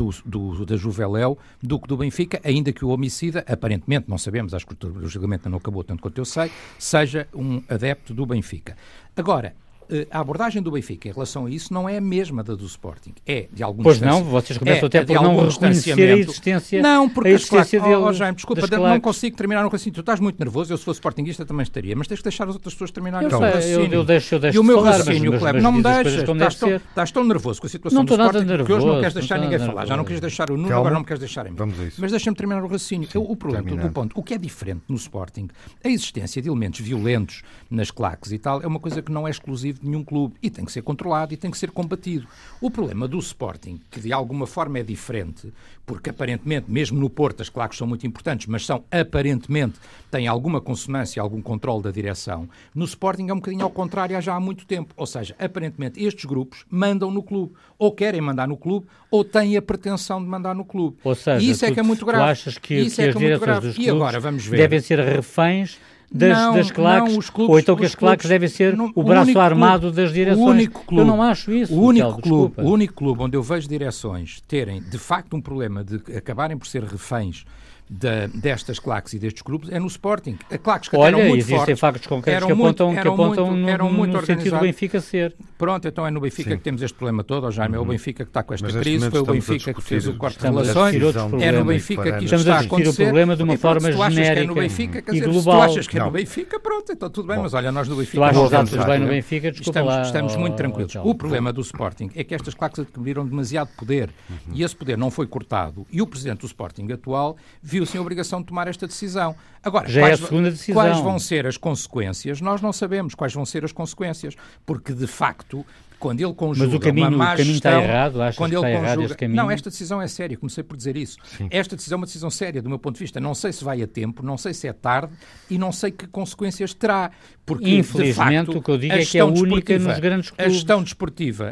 Speaker 4: da Juveléu do que do Benfica, ainda que o homicida, aparentemente, não sabemos, acho que o julgamento não acabou tanto quanto eu sei, seja um adepto do Benfica. Agora, a abordagem do Benfica em relação a isso não é a mesma da do Sporting. É de algum
Speaker 2: Pois não, vocês começam até por não reconhecer a existência,
Speaker 4: não, porque
Speaker 2: a existência dele.
Speaker 4: Jaime, desculpa, não consigo terminar um raciocínio. Tu estás muito nervoso, eu se fosse sportinguista também estaria, mas tens que deixar as outras pessoas terminarem o raciocínio.
Speaker 2: Eu deixo
Speaker 4: e o meu
Speaker 2: falar,
Speaker 4: raciocínio, Kleber, não me deixas. Estás tão nervoso com a situação do Sporting que hoje não queres deixar ninguém falar. Já não queres deixar o Nuno, agora não me queres deixar a mim. Mas deixa-me terminar o raciocínio. O problema, o ponto, o que é diferente no Sporting, a existência de elementos violentos nas claques e tal, é uma coisa que não é exclusivo de nenhum clube. Tem que ser controlado e tem que ser combatido. O problema do Sporting, que de alguma forma é diferente, porque aparentemente, mesmo no Porto, as claques são muito importantes, mas aparentemente, têm alguma consonância, algum controle da direção. No Sporting é um bocadinho ao contrário, já há muito tempo. Ou seja, aparentemente, estes grupos mandam no clube. Ou querem mandar no clube, ou têm a pretensão de mandar no clube.
Speaker 2: Ou seja,
Speaker 4: e isso é que é muito grave.
Speaker 2: Tu achas que as direções dos clubes
Speaker 4: agora, vamos ver.
Speaker 2: Devem ser reféns das claques,
Speaker 4: não, os clubes,
Speaker 2: ou então que as claques devem ser o braço armado das direções. Eu não acho isso.
Speaker 4: O único clube onde eu vejo direções terem, de facto, um problema de acabarem por ser reféns destas claques e destes grupos é no Sporting. A claques que eram muito
Speaker 2: existem
Speaker 4: fortes,
Speaker 2: factos concretos que apontam no sentido do Benfica ser.
Speaker 4: Pronto, então é no Benfica que temos este problema todo, Jaime. É o Benfica que está com esta crise, foi o Benfica que fez o corte de relações, é no Benfica que isto está a acontecer.
Speaker 2: O problema de uma forma genérica e global.
Speaker 4: Se tu achas que é no Benfica, pronto, então tudo bem, mas olha, nós no Benfica...
Speaker 2: Tu achas que bem no Benfica, desculpa lá.
Speaker 4: Estamos muito tranquilos. O problema do Sporting é que estas claques adquiriram demasiado poder e esse poder não foi cortado e o presidente do Sporting atual viu-se em obrigação de tomar esta decisão. Agora,
Speaker 2: já é a segunda decisão.
Speaker 4: Quais vão ser as consequências? Nós não sabemos quais vão ser as consequências, porque de facto, quando ele conjuga
Speaker 2: mas o caminho está errado, achas
Speaker 4: quando
Speaker 2: que está errado este caminho?
Speaker 4: Não, esta decisão é séria, comecei por dizer isso. Sim. Esta decisão é uma decisão séria, do meu ponto de vista. Não sei se vai a tempo, não sei se é tarde e não sei que consequências terá. Porque,
Speaker 2: infelizmente,
Speaker 4: de facto,
Speaker 2: o que eu digo é que é única nos grandes clubes.
Speaker 4: A gestão desportiva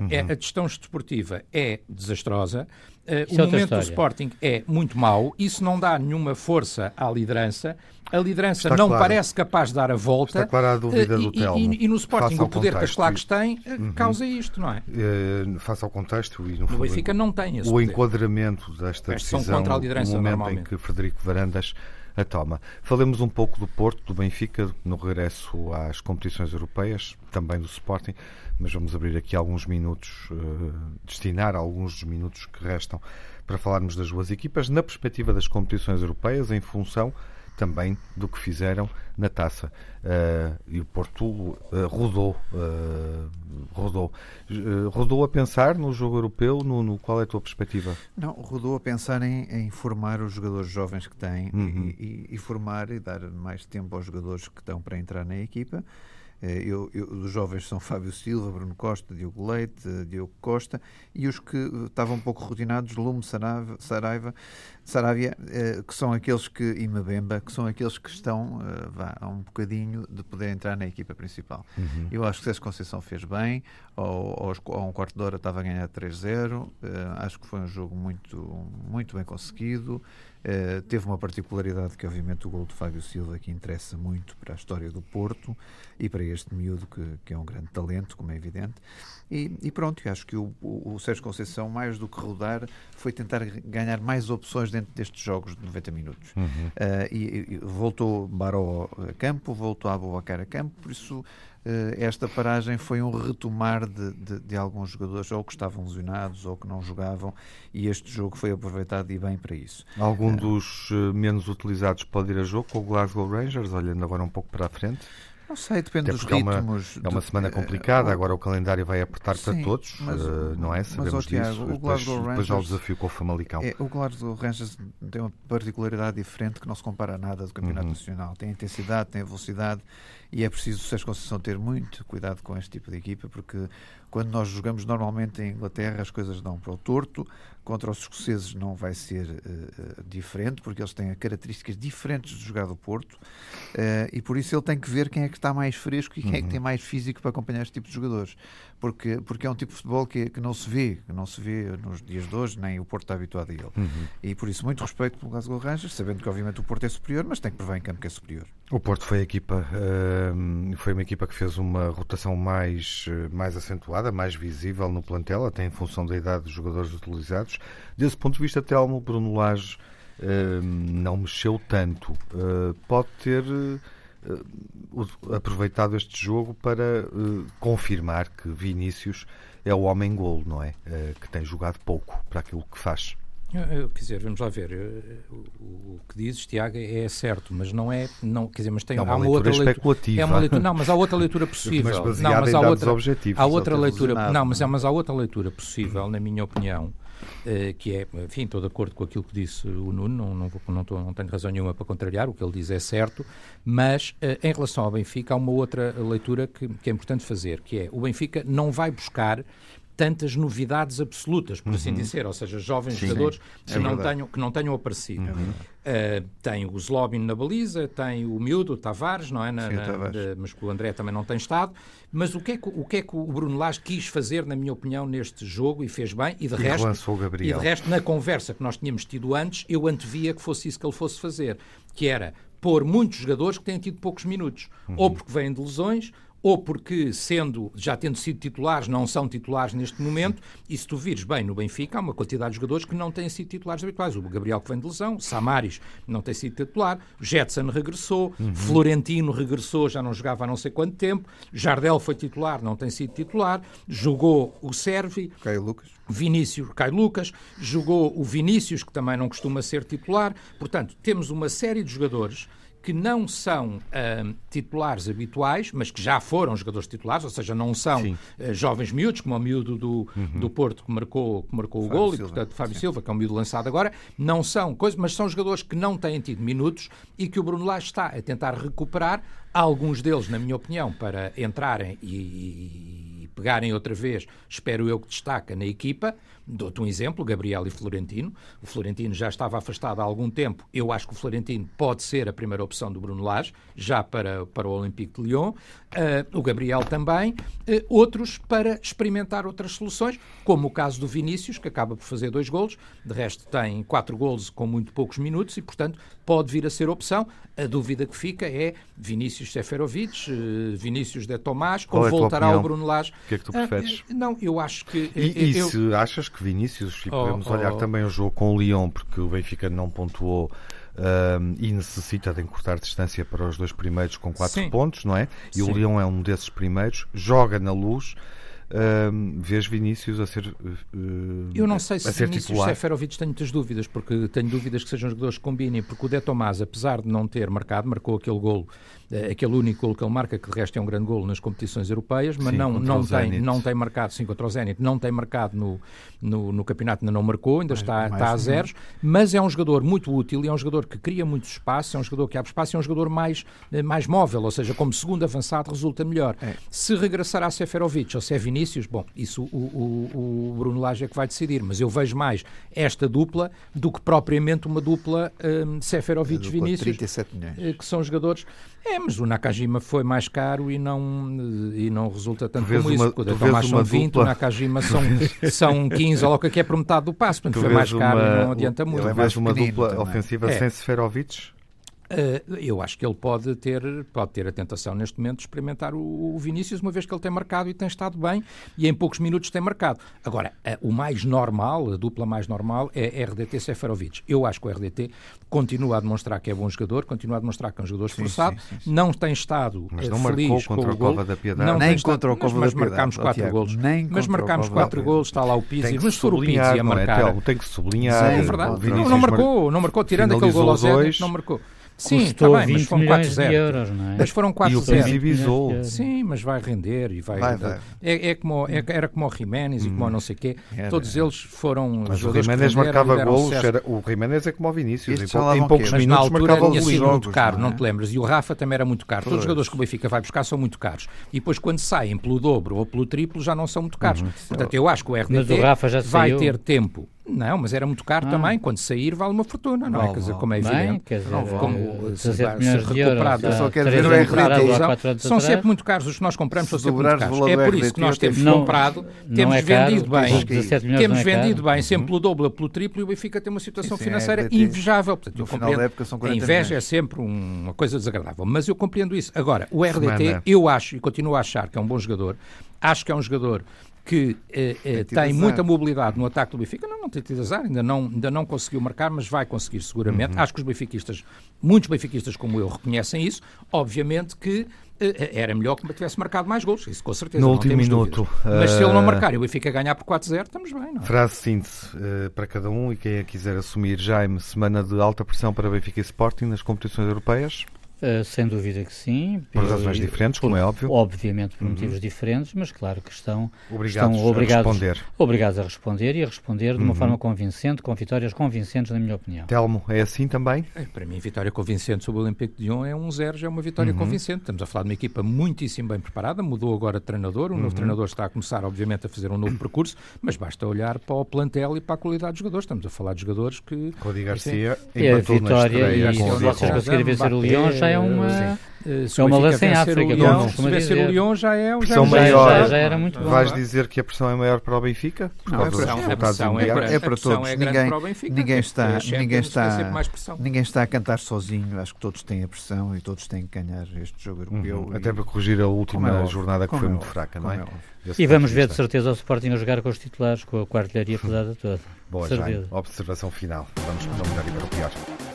Speaker 4: é desastrosa. O momento do Sporting é muito mau, isso não dá nenhuma força à liderança, a liderança não parece capaz de dar a volta.
Speaker 1: Está clara a dúvida do Telmo.
Speaker 4: E no Sporting o poder que as claques têm causa isto, não é?
Speaker 1: Face ao contexto e no
Speaker 4: Benfica não tem esse
Speaker 1: o
Speaker 4: poder.
Speaker 1: Enquadramento desta decisão
Speaker 4: contra a liderança,
Speaker 1: no momento em que Frederico Varandas a toma. Falemos um pouco do Porto, do Benfica, no regresso às competições europeias, também do Sporting, mas vamos abrir aqui alguns minutos, destinar alguns dos minutos que restam para falarmos das duas equipas, na perspectiva das competições europeias, em função também do que fizeram na Taça. E o Porto rodou a pensar no jogo europeu. Qual é a tua perspectiva?
Speaker 3: Não, rodou a pensar em formar os jogadores jovens que têm e formar e dar mais tempo aos jogadores que estão para entrar na equipa. Os jovens são Fábio Silva, Bruno Costa, Diogo Leite, Diogo Costa, e os que estavam um pouco rotinados, Lume, Saravia, que são aqueles e Mbemba, que são aqueles que estão a um bocadinho de poder entrar na equipa principal. Eu acho que Sérgio Conceição fez bem, ao um quarto de hora estava a ganhar 3-0, acho que foi um jogo muito, muito bem conseguido. Teve uma particularidade que obviamente o gol de Fábio Silva que interessa muito para a história do Porto e para este miúdo que é um grande talento, como é evidente, e pronto, eu acho que o Sérgio Conceição, mais do que rodar, foi tentar ganhar mais opções dentro destes jogos de 90 minutos. E voltou Baró a campo, voltou Aboubakar a campo, por isso esta paragem foi um retomar de alguns jogadores ou que estavam lesionados ou que não jogavam, e este jogo foi aproveitado e bem para isso.
Speaker 1: Algum dos menos utilizados pode ir a jogo com o Glasgow Rangers, olhando agora um pouco para a frente?
Speaker 3: Não sei, depende dos ritmos.
Speaker 1: É uma semana complicada, agora o calendário vai apertar para todos, não é? Sabemos disso. Depois já o desafio com o Famalicão.
Speaker 3: O Glasgow Rangers tem uma particularidade diferente que não se compara a nada do Campeonato Nacional. Tem a intensidade, tem a velocidade E é preciso o Sérgio Conceição ter muito cuidado com este tipo de equipa, porque quando nós jogamos normalmente em Inglaterra as coisas dão para o torto. Contra os escoceses não vai ser diferente, porque eles têm características diferentes de jogar do Porto, e por isso ele tem que ver quem é que está mais fresco e quem é que tem mais físico para acompanhar este tipo de jogadores, porque é um tipo de futebol que não se vê nos dias de hoje, nem o Porto está habituado a ele. E por isso muito respeito pelo Glasgow Rangers, sabendo que obviamente o Porto é superior, mas tem que provar em campo que é superior.
Speaker 1: O Porto foi uma equipa que fez uma rotação mais acentuada, mais visível no plantel, até em função da idade dos jogadores utilizados. Desse ponto de vista, Telmo, Bruno Lage não mexeu tanto. Pode ter aproveitado este jogo para confirmar que Vinícius é o homem-golo, não é? Que tem jogado pouco para aquilo que faz.
Speaker 4: Quer dizer, vamos lá ver, o que dizes, Tiago, é certo, mas não é, quer dizer, mas tem
Speaker 1: há uma outra leitura especulativa.
Speaker 4: É uma leitura, não, mas há outra leitura possível.
Speaker 1: Mas baseada em dados objetivos.
Speaker 4: Há outra leitura, mas há outra leitura possível, na minha opinião, que é, enfim, estou de acordo com aquilo que disse o Nuno, não tenho razão nenhuma para contrariar, o que ele diz é certo, mas em relação ao Benfica há uma outra leitura que é importante fazer, que é, o Benfica não vai buscar tantas novidades absolutas, por assim dizer, ou seja, jovens jogadores que não tenham aparecido. Tem o Zlobin na baliza, tem o miúdo, o Tavares, não é? Mas que o André também não tem estado. Mas o que é que o Bruno Lage quis fazer, na minha opinião, neste jogo, e fez bem, e de resto, na conversa que nós tínhamos tido antes, eu antevia que fosse isso que ele fosse fazer, que era pôr muitos jogadores que têm tido poucos minutos, ou porque vêm de lesões, ou porque, já tendo sido titulares, não são titulares neste momento, e se tu vires bem no Benfica, há uma quantidade de jogadores que não têm sido titulares habituais. O Gabriel, que vem de lesão, Samaris não tem sido titular, Jetson regressou, Florentino regressou, já não jogava há não sei quanto tempo, Jardel foi titular, não tem sido titular, jogou o Servi, Caio Lucas, jogou o Vinícius, que também não costuma ser titular. Portanto, temos uma série de jogadores que não são titulares habituais, mas que já foram jogadores titulares, ou seja, não são jovens miúdos, como o miúdo do Porto que marcou o golo, e portanto Fábio Silva, que é um miúdo lançado agora, não são coisas, mas são jogadores que não têm tido minutos e que o Bruno Lage está a tentar recuperar, alguns deles, na minha opinião, para entrarem e pegarem outra vez, espero eu que destaca na equipa. Dou-te um exemplo, Gabriel e Florentino. O Florentino já estava afastado há algum tempo. Eu acho que o Florentino pode ser a primeira opção do Bruno Lage, já para o Olympique de Lyon. O Gabriel também. Outros para experimentar outras soluções, como o caso do Vinícius, que acaba por fazer 2 golos. De resto, tem 4 golos com muito poucos minutos e, portanto, pode vir a ser opção. A dúvida que fica é Vinícius Seferovic, Vinícius de Tomás, ou voltará o Bruno Lage.
Speaker 1: O que é que tu preferes?
Speaker 4: Não, eu acho que...
Speaker 1: se achas que Vinícius, e podemos olhar também o jogo com o Lyon, porque o Benfica não pontuou e necessita de encurtar distância para os 2 primeiros com 4 pontos, não é? E o Lyon é um desses primeiros, joga na Luz. Vês Vinícius a ser
Speaker 4: eu não sei se Vinícius Seferovic, tenho muitas dúvidas, porque tenho dúvidas que sejam jogadores que combinem, porque o De Tomás, apesar de não ter marcou aquele golo, aquele único golo que ele marca, que de resto é um grande golo nas competições europeias, mas não tem marcado, contra o Zenit, não tem marcado no campeonato, ainda não marcou, ainda está a zeros, mas é um jogador muito útil, e é um jogador que cria muito espaço, é um jogador que abre espaço, é um jogador mais móvel, ou seja, como segundo avançado resulta melhor. Se regressar a Seferovic ou se é Vinícius, bom, isso o Bruno Lage é que vai decidir, mas eu vejo mais esta dupla do que propriamente uma dupla Seferovic-Vinícius,
Speaker 3: 37 milhões.
Speaker 4: Que são jogadores... mas o Nakajima foi mais caro e não resulta tanto como isso, porque o Tomás são 20, dupla... o Nakajima são 15, ou logo que é por metade do passo, portanto foi mais caro e não adianta muito.
Speaker 1: Tu vês uma dupla ofensiva sem Seferovic?
Speaker 4: Eu acho que ele pode ter a tentação neste momento de experimentar o Vinícius, uma vez que ele tem marcado e tem estado bem e em poucos minutos tem marcado. Agora, o mais normal, a dupla mais normal é RDT Seferovic. Eu acho que o RDT continua a demonstrar que é bom jogador, continua a demonstrar que é um jogador esforçado, não tem estado
Speaker 1: mas não
Speaker 4: feliz
Speaker 1: marcou contra o Cova da Piedade.
Speaker 3: Nem contra o Cova da Piedade.
Speaker 4: Mas marcámos 4 golos. Mas marcámos 4 golos, está lá o Pizzi, mas se for o Pizzi a marcar...
Speaker 1: Tem que sublinhar.
Speaker 4: É verdade, não marcou, tirando aquele golo ao Zenit, não marcou. Sim,
Speaker 2: custou
Speaker 4: tá bem, mas
Speaker 2: 20
Speaker 4: foram
Speaker 2: milhões
Speaker 4: 4-0.
Speaker 2: de euros, não é?
Speaker 4: Mas foram
Speaker 1: E o
Speaker 4: 4-0.
Speaker 1: Principizou.
Speaker 4: Sim, mas vai render e vai.
Speaker 3: Vai.
Speaker 4: Era como o Jiménez e como o não sei o quê. Todos eles foram.
Speaker 1: Mas o
Speaker 4: jogadores que
Speaker 1: Jiménez
Speaker 4: renderam
Speaker 1: marcava
Speaker 4: e deram
Speaker 1: golos.
Speaker 4: sucesso.
Speaker 1: O Jiménez é como o Vinícius.
Speaker 3: Estes
Speaker 1: Em
Speaker 3: falavam
Speaker 1: poucos
Speaker 3: quê?
Speaker 4: Mas na
Speaker 1: minutos
Speaker 4: altura
Speaker 1: marcava
Speaker 4: tinha
Speaker 1: os
Speaker 4: sido
Speaker 1: jogos.
Speaker 4: muito caro,
Speaker 3: não é?
Speaker 4: não te lembras? E o Rafa também era muito caro. Todos os jogadores que o Benfica vai buscar são muito caros. E depois, quando saem pelo dobro ou pelo triplo, já não são muito caros. Portanto, eu acho que o
Speaker 2: Mas
Speaker 4: RDT
Speaker 2: o Rafa já
Speaker 4: vai
Speaker 2: saiu.
Speaker 4: ter tempo. Não, mas era muito caro também. Quando sair, vale uma fortuna, não é? Quer dizer, como é
Speaker 2: Bem,
Speaker 4: evidente.
Speaker 2: quer dizer,
Speaker 4: Como
Speaker 2: 17 milhões de euros.
Speaker 3: Eu só quero
Speaker 2: três
Speaker 3: ver o
Speaker 2: anos
Speaker 3: RDT.
Speaker 2: atrás, ou há
Speaker 4: São,
Speaker 2: 4 anos
Speaker 4: são
Speaker 2: atrás.
Speaker 4: sempre muito caros. Os que nós compramos são
Speaker 3: Se
Speaker 4: sempre muito
Speaker 3: dobrares o
Speaker 4: caros.
Speaker 3: valor
Speaker 4: É
Speaker 3: do
Speaker 4: por isso
Speaker 3: RDT,
Speaker 4: que nós temos
Speaker 2: não-
Speaker 4: comprado,
Speaker 2: não
Speaker 4: temos
Speaker 2: é caro,
Speaker 4: vendido bem.
Speaker 2: os 17 milhões
Speaker 4: Temos
Speaker 2: não é caro.
Speaker 4: vendido bem, sempre pelo dobro, pelo triplo, e o Benfica tem uma situação
Speaker 3: Sim,
Speaker 4: financeira
Speaker 3: RDT.
Speaker 4: invejável. Portanto,
Speaker 3: No
Speaker 4: eu
Speaker 3: final
Speaker 4: compreendo.
Speaker 3: da época são 40
Speaker 4: A inveja
Speaker 3: milhões.
Speaker 4: é sempre uma coisa desagradável, mas eu compreendo isso. Agora, o RDT,
Speaker 1: Semana.
Speaker 4: eu acho e continuo a achar que é um bom jogador. Acho que é um jogador que
Speaker 3: tido
Speaker 4: tem
Speaker 3: azar.
Speaker 4: muita mobilidade no ataque do Benfica. Não tem tido azar, ainda não conseguiu marcar, mas vai conseguir seguramente. Acho que os benfiquistas, muitos benfiquistas como eu, reconhecem isso. Obviamente que era melhor que tivesse marcado mais gols, isso com certeza.
Speaker 1: No
Speaker 4: não
Speaker 1: último
Speaker 4: temos
Speaker 1: minuto,
Speaker 4: dúvidas. Mas se ele não marcar e o Benfica ganhar por 4-0, estamos bem, não é?
Speaker 1: Frase síntese para cada um e quem a quiser assumir. Jaime, semana de alta pressão para Benfica e Sporting nas competições europeias?
Speaker 2: Sem dúvida que sim.
Speaker 1: Por razões diferentes, como é óbvio.
Speaker 2: Obviamente por motivos diferentes, mas claro que estão
Speaker 1: Obrigados a responder.
Speaker 2: e a responder de uma forma convincente, com vitórias convincentes, na minha opinião.
Speaker 1: Telmo, é assim também?
Speaker 4: Para mim, vitória convincente sobre o Olympique de Lyon é 1-0, já é uma vitória convincente. Estamos a falar de uma equipa muitíssimo bem preparada, mudou agora de treinador, o novo treinador está a começar, obviamente, a fazer um novo percurso, mas basta olhar para o plantel e para a qualidade dos jogadores. Estamos a falar de jogadores que...
Speaker 1: Cody Garcia
Speaker 2: É a
Speaker 1: empatou na
Speaker 2: vitória
Speaker 1: estreia
Speaker 2: e
Speaker 1: com
Speaker 2: se
Speaker 1: o
Speaker 2: vocês
Speaker 1: Lyon.
Speaker 2: conseguirem vencer o Lyon já é uma...
Speaker 4: Se
Speaker 2: É uma
Speaker 4: o Benfica
Speaker 2: lança em
Speaker 4: vencer
Speaker 2: África,
Speaker 4: o Lyon,
Speaker 2: como
Speaker 4: se
Speaker 2: costuma
Speaker 4: vencer o
Speaker 2: dizer.
Speaker 4: Lyon já é...
Speaker 1: Pressão
Speaker 2: já
Speaker 1: maior.
Speaker 2: era muito bom.
Speaker 1: Vais dizer que a pressão é maior para o Benfica? Por
Speaker 3: Não,
Speaker 1: causa
Speaker 3: a
Speaker 1: dos
Speaker 3: pressão-
Speaker 1: resultados
Speaker 4: a pressão
Speaker 1: imediatos?
Speaker 3: É para todos.
Speaker 4: É grande para o Benfica.
Speaker 3: Ninguém está
Speaker 4: Ninguém
Speaker 3: a cantar sozinho. Acho que todos têm a pressão e todos têm que ganhar este jogo europeu.
Speaker 1: Até para corrigir a última
Speaker 3: Como é óbvio,
Speaker 1: jornada que
Speaker 3: como
Speaker 1: foi
Speaker 3: é
Speaker 1: muito
Speaker 3: óbvio,
Speaker 1: fraca, não
Speaker 3: como
Speaker 1: é?
Speaker 3: é óbvio.
Speaker 1: Desse
Speaker 2: E
Speaker 1: ponto
Speaker 2: vamos
Speaker 1: de
Speaker 2: ver de
Speaker 1: vista.
Speaker 2: certeza o Sporting a jogar com os titulares, com a artilharia pesada toda.
Speaker 1: Boa,
Speaker 2: Certeza.
Speaker 1: Jaime. Observação final. Vamos para o melhor e para o pior.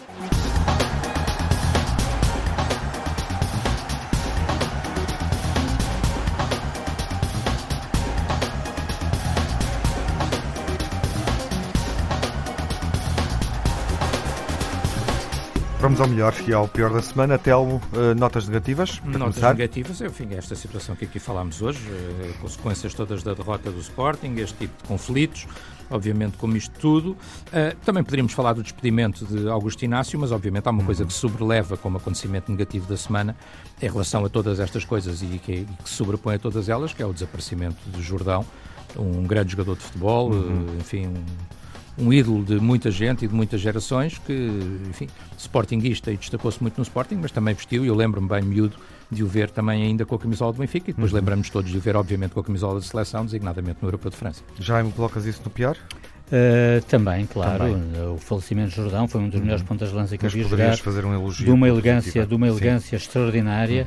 Speaker 1: Vamos ao melhor e ao pior da semana. Telmo, notas negativas? Para
Speaker 4: Notas
Speaker 1: começar?
Speaker 4: negativas, enfim, esta situação que aqui falámos hoje, consequências todas da derrota do Sporting, este tipo de conflitos, obviamente como isto tudo. Também poderíamos falar do despedimento de Augusto Inácio, mas obviamente há uma coisa que sobreleva como acontecimento negativo da semana em relação a todas estas coisas e que se sobrepõe a todas elas, que é o desaparecimento do Jordão, um grande jogador de futebol, enfim, um ídolo de muita gente e de muitas gerações que, enfim, sportinguista e destacou-se muito no Sporting, mas também vestiu, e eu lembro-me bem miúdo de o ver também ainda com a camisola do Benfica e depois lembramos todos de o ver, obviamente, com a camisola da seleção, designadamente no Europeu de França.
Speaker 1: Jaime, colocas isso no pior?
Speaker 2: Também, claro.
Speaker 1: Também.
Speaker 2: O falecimento de Jordão foi um dos melhores pontas de lança que eu
Speaker 1: Mas
Speaker 2: vi
Speaker 1: poderias
Speaker 2: jogar.
Speaker 1: fazer um elogio.
Speaker 2: De uma
Speaker 1: positiva.
Speaker 2: elegância extraordinária,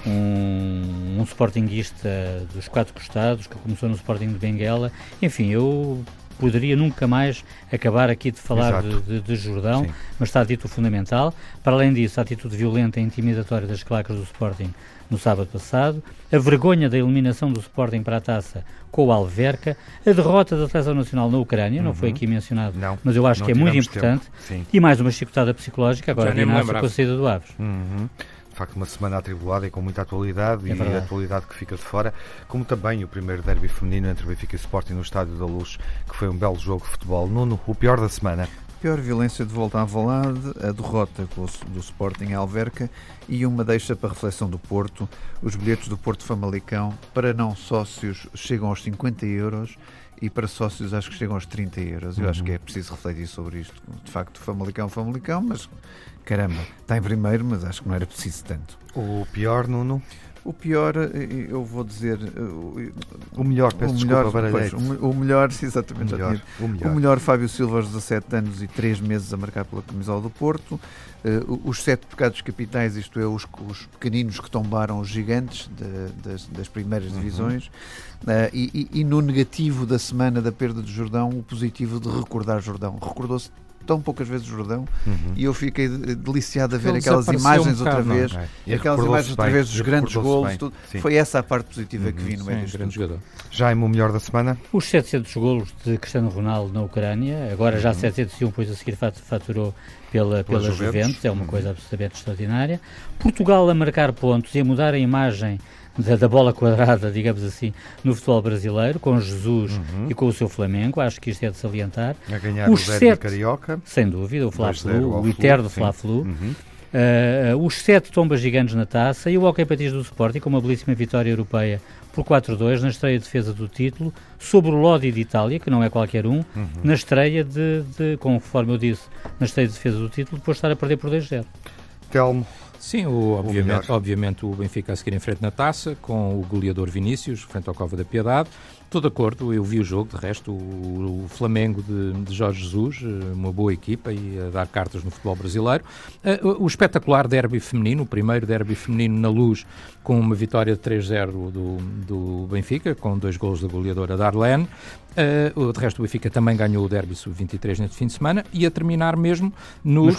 Speaker 2: um sportinguista dos quatro costados, que começou no Sporting de Benguela. Enfim, eu poderia nunca mais acabar aqui de falar de Jordão,
Speaker 1: Sim.
Speaker 2: mas está dito o fundamental. Para além disso, a atitude violenta e intimidatória das clacas do Sporting no sábado passado, a vergonha da eliminação do Sporting para a taça com o Alverca, a derrota da Seleção Nacional na Ucrânia, não foi aqui mencionado,
Speaker 1: Não,
Speaker 2: mas eu acho
Speaker 1: não
Speaker 2: que é muito
Speaker 1: tivemos
Speaker 2: importante,
Speaker 1: tempo. Sim.
Speaker 2: e mais uma chicotada psicológica, agora
Speaker 4: Já
Speaker 2: de
Speaker 4: nem me
Speaker 2: Inácio
Speaker 4: lembrava.
Speaker 2: com a saída do Aves.
Speaker 1: De facto, uma semana atribulada e com muita atualidade, e a
Speaker 2: verdade.
Speaker 1: atualidade que fica de fora, como também o primeiro derby feminino entre Benfica e Sporting no Estádio da Luz, que foi um belo jogo de futebol. Nuno, o pior da semana?
Speaker 3: Pior violência de volta à Alvalade, a derrota do Sporting à Alverca e uma deixa para reflexão do Porto. Os bilhetes do Porto Famalicão para não sócios chegam aos 50 euros e para sócios acho que chegam aos 30 euros. Eu acho que é preciso refletir sobre isto. De facto, Famalicão, mas caramba, está em primeiro, mas acho que não era preciso tanto.
Speaker 1: O pior, Nuno?
Speaker 3: O pior, eu vou dizer...
Speaker 1: O melhor, peço desculpa, baralhei-te.
Speaker 3: o melhor, exatamente, já tinha.
Speaker 1: O
Speaker 3: O melhor, Fábio Silva, aos 17 anos e 3 meses a marcar pela camisola do Porto. Os 7 pecados capitais, isto é, os pequeninos que tombaram os gigantes das primeiras divisões. E no negativo da semana da perda de Jordão, o positivo de recordar Jordão. Recordou-se tão poucas vezes o Jordão, e eu fiquei deliciado a ver
Speaker 4: Ele
Speaker 3: aquelas imagens outra vez, aquelas imagens outra vez dos grandes golos, tudo. Foi essa a parte positiva que vi no meio deste jogador.
Speaker 1: Jaime, o melhor da semana?
Speaker 2: Os 700 golos de Cristiano Ronaldo na Ucrânia, agora já 701, pois a seguir faturou pela Juventus, é uma coisa absolutamente extraordinária. Portugal a marcar pontos e a mudar a imagem da bola quadrada, digamos assim, no futebol brasileiro, com Jesus e com o seu Flamengo, acho que isto é de salientar.
Speaker 1: A ganhar o derby carioca.
Speaker 2: Sem dúvida, o Fla-Flu, o eterno Fla-Flu. Os 7 tombas gigantes na taça e o Hóquei Patins do Sporting, com uma belíssima vitória europeia por 4-2 na estreia de defesa do título, sobre o Lodi de Itália, que não é qualquer um, na estreia conforme eu disse, na estreia de defesa do título, depois de estar a perder por 2-0.
Speaker 1: Telmo.
Speaker 4: Sim, obviamente o Benfica a seguir em frente na taça, com o goleador Vinícius, frente ao Cova da Piedade. Estou de acordo, eu vi o jogo, de resto, o Flamengo de Jorge Jesus, uma boa equipa e a dar cartas no futebol brasileiro. O espetacular derby feminino, o primeiro derby feminino na Luz, com uma vitória de 3-0 do Benfica, com 2 golos da goleadora Darlene. De resto, o Benfica também ganhou o derby sub-23 neste fim de semana, e a terminar mesmo nos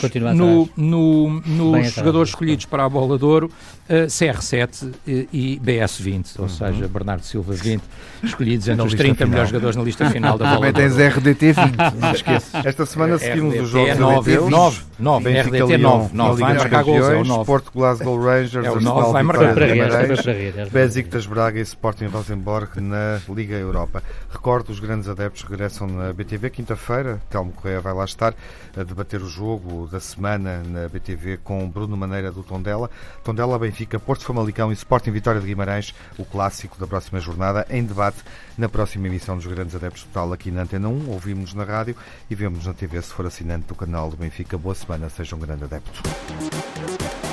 Speaker 4: jogadores escolhidos para a Bola de Ouro, CR7 e BS20, ou seja, Bernardo Silva 20, escolhidos entre os 30 melhores jogadores na lista final da Bola de Ouro.
Speaker 3: Também tens RDT20, não esqueces.
Speaker 1: Esta semana seguimos os jogos
Speaker 4: europeus. 9, RDT 9, vai marcar gols, é o 9.
Speaker 1: Porto Glasgow Rangers,
Speaker 4: é o 9, vai marcar
Speaker 1: Besiktas Braga e Sporting Rosenborg na Liga Europa. Recordo, os grandes adeptos regressam na BTV quinta-feira. Telmo Correia vai lá estar a debater o jogo da semana na BTV com Bruno Maneira do Tondela, Benfica, Porto Famalicão e Sporting Vitória de Guimarães, o clássico da próxima jornada, em debate na próxima emissão dos Grandes Adeptos Total aqui na Antena 1. Ouvimos-nos na rádio e vemos na TV se for assinante do canal do Benfica. Boa semana, seja um grande adepto.